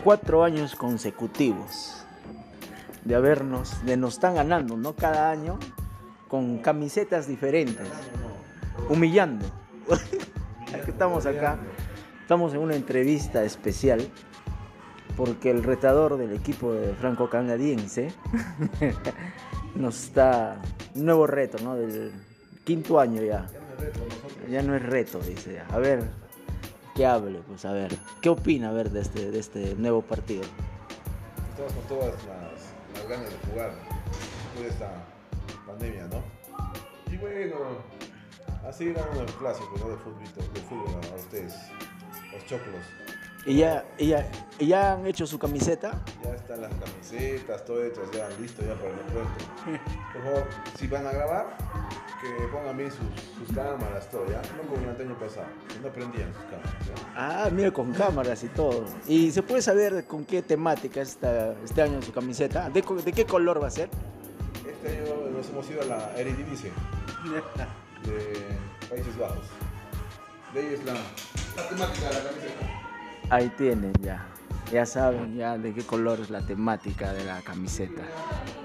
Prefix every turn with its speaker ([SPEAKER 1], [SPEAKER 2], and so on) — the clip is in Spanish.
[SPEAKER 1] 4 años consecutivos de nos están ganando, ¿no? Cada año con camisetas diferentes, humillando. Aquí estamos acá, estamos en una entrevista especial porque el retador del equipo de Franco Canadiense nos está un nuevo reto, ¿no? Del 5.º ya. Ya no es reto, dice. A ver, que hable, pues a ver. ¿Qué opina, a ver, de este nuevo partido?
[SPEAKER 2] Estamos con todas las ganas de jugar después de esta pandemia, ¿no? Y bueno, así eran los clásicos, ¿no? De fútbol a ustedes, los choclos.
[SPEAKER 1] ¿Y ya han hecho su camiseta?
[SPEAKER 2] Ya están las camisetas, todo hechas, ya listo ya para el pronto. Por favor, si van a grabar, que pongan bien sus cámaras, todo, ¿ya? No como el año pasado, que no prendían sus cámaras, ¿ya?
[SPEAKER 1] Ah, mira, con cámaras y todo. ¿Y se puede saber con qué temática es este año su camiseta? ¿De qué color va a ser?
[SPEAKER 2] Este año nos hemos ido a la Eredivisie de Países Bajos. De ahí es la temática de la camiseta.
[SPEAKER 1] Ahí tienen ya. Ya saben ya de qué color es la temática de la camiseta.